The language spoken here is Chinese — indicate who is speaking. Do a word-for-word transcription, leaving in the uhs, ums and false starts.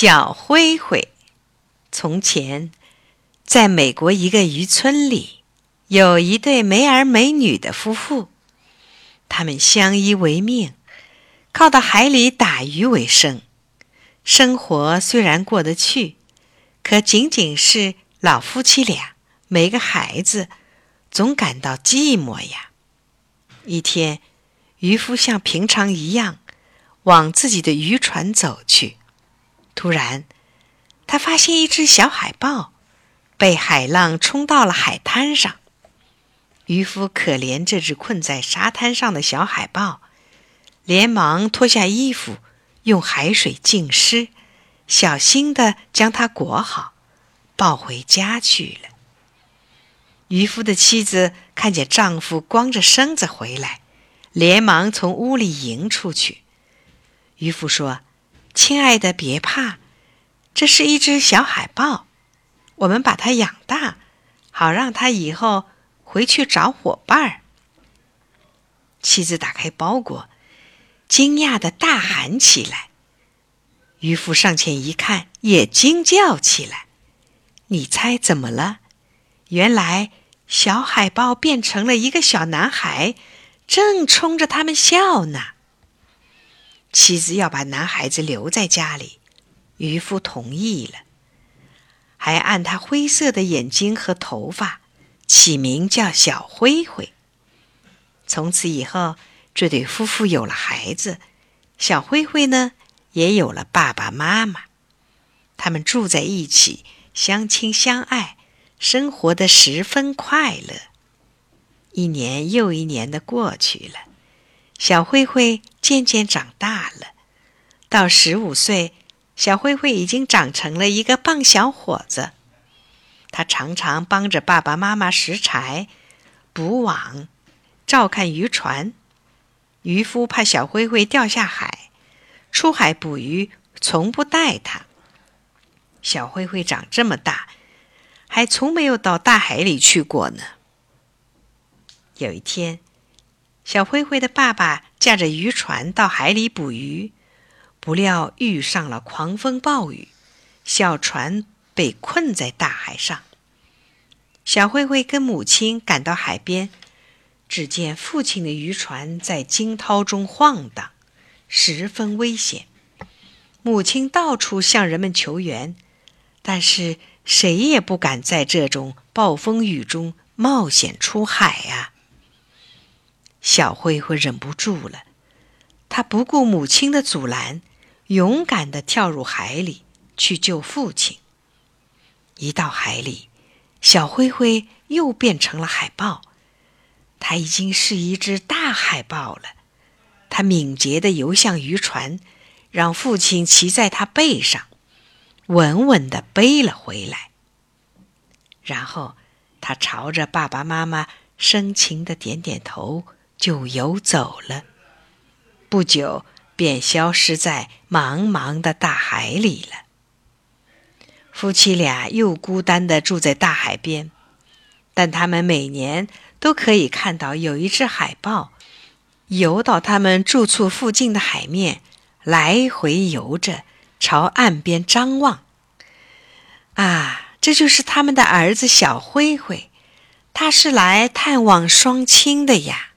Speaker 1: 小灰灰。从前，在美国一个渔村里，有一对没儿没女的夫妇，他们相依为命，靠到海里打鱼为生。生活虽然过得去，可仅仅是老夫妻俩，没个孩子，总感到寂寞呀。一天，渔夫像平常一样往自己的渔船走去，突然他发现一只小海豹被海浪冲到了海滩上。渔夫可怜这只困在沙滩上的小海豹，连忙脱下衣服，用海水浸湿，小心地将它裹好，抱回家去了。渔夫的妻子看见丈夫光着身子回来，连忙从屋里迎出去。渔夫说：“亲爱的，别怕，这是一只小海豹，我们把它养大，好让它以后回去找伙伴。”妻子打开包裹，惊讶地大喊起来。渔夫上前一看，也惊叫起来。你猜怎么了？原来小海豹变成了一个小男孩，正冲着他们笑呢。妻子要把男孩子留在家里，渔夫同意了，还按他灰色的眼睛和头发起名叫小灰灰。从此以后，这对夫妇有了孩子，小灰灰呢，也有了爸爸妈妈。他们住在一起，相亲相爱，生活得十分快乐。一年又一年的过去了，小灰灰渐渐长大了。到十五岁，小灰灰已经长成了一个棒小伙子。他常常帮着爸爸妈妈拾柴、补网、照看渔船。渔夫怕小灰灰掉下海，出海捕鱼从不带他。小灰灰长这么大，还从没有到大海里去过呢。有一天，小灰灰的爸爸驾着渔船到海里捕鱼，不料遇上了狂风暴雨，小船被困在大海上。小灰灰跟母亲赶到海边，只见父亲的渔船在惊涛中晃荡，十分危险。母亲到处向人们求援，但是谁也不敢在这种暴风雨中冒险出海啊。小灰灰忍不住了，他不顾母亲的阻拦，勇敢地跳入海里去救父亲。一到海里，小灰灰又变成了海豹，它已经是一只大海豹了。它敏捷地游向渔船，让父亲骑在它背上，稳稳地背了回来。然后它朝着爸爸妈妈深情地点点头，就游走了。不久便消失在茫茫的大海里了。夫妻俩又孤单地住在大海边，但他们每年都可以看到有一只海豹游到他们住处附近的海面，来回游着，朝岸边张望。啊，这就是他们的儿子小灰灰，他是来探望双亲的呀。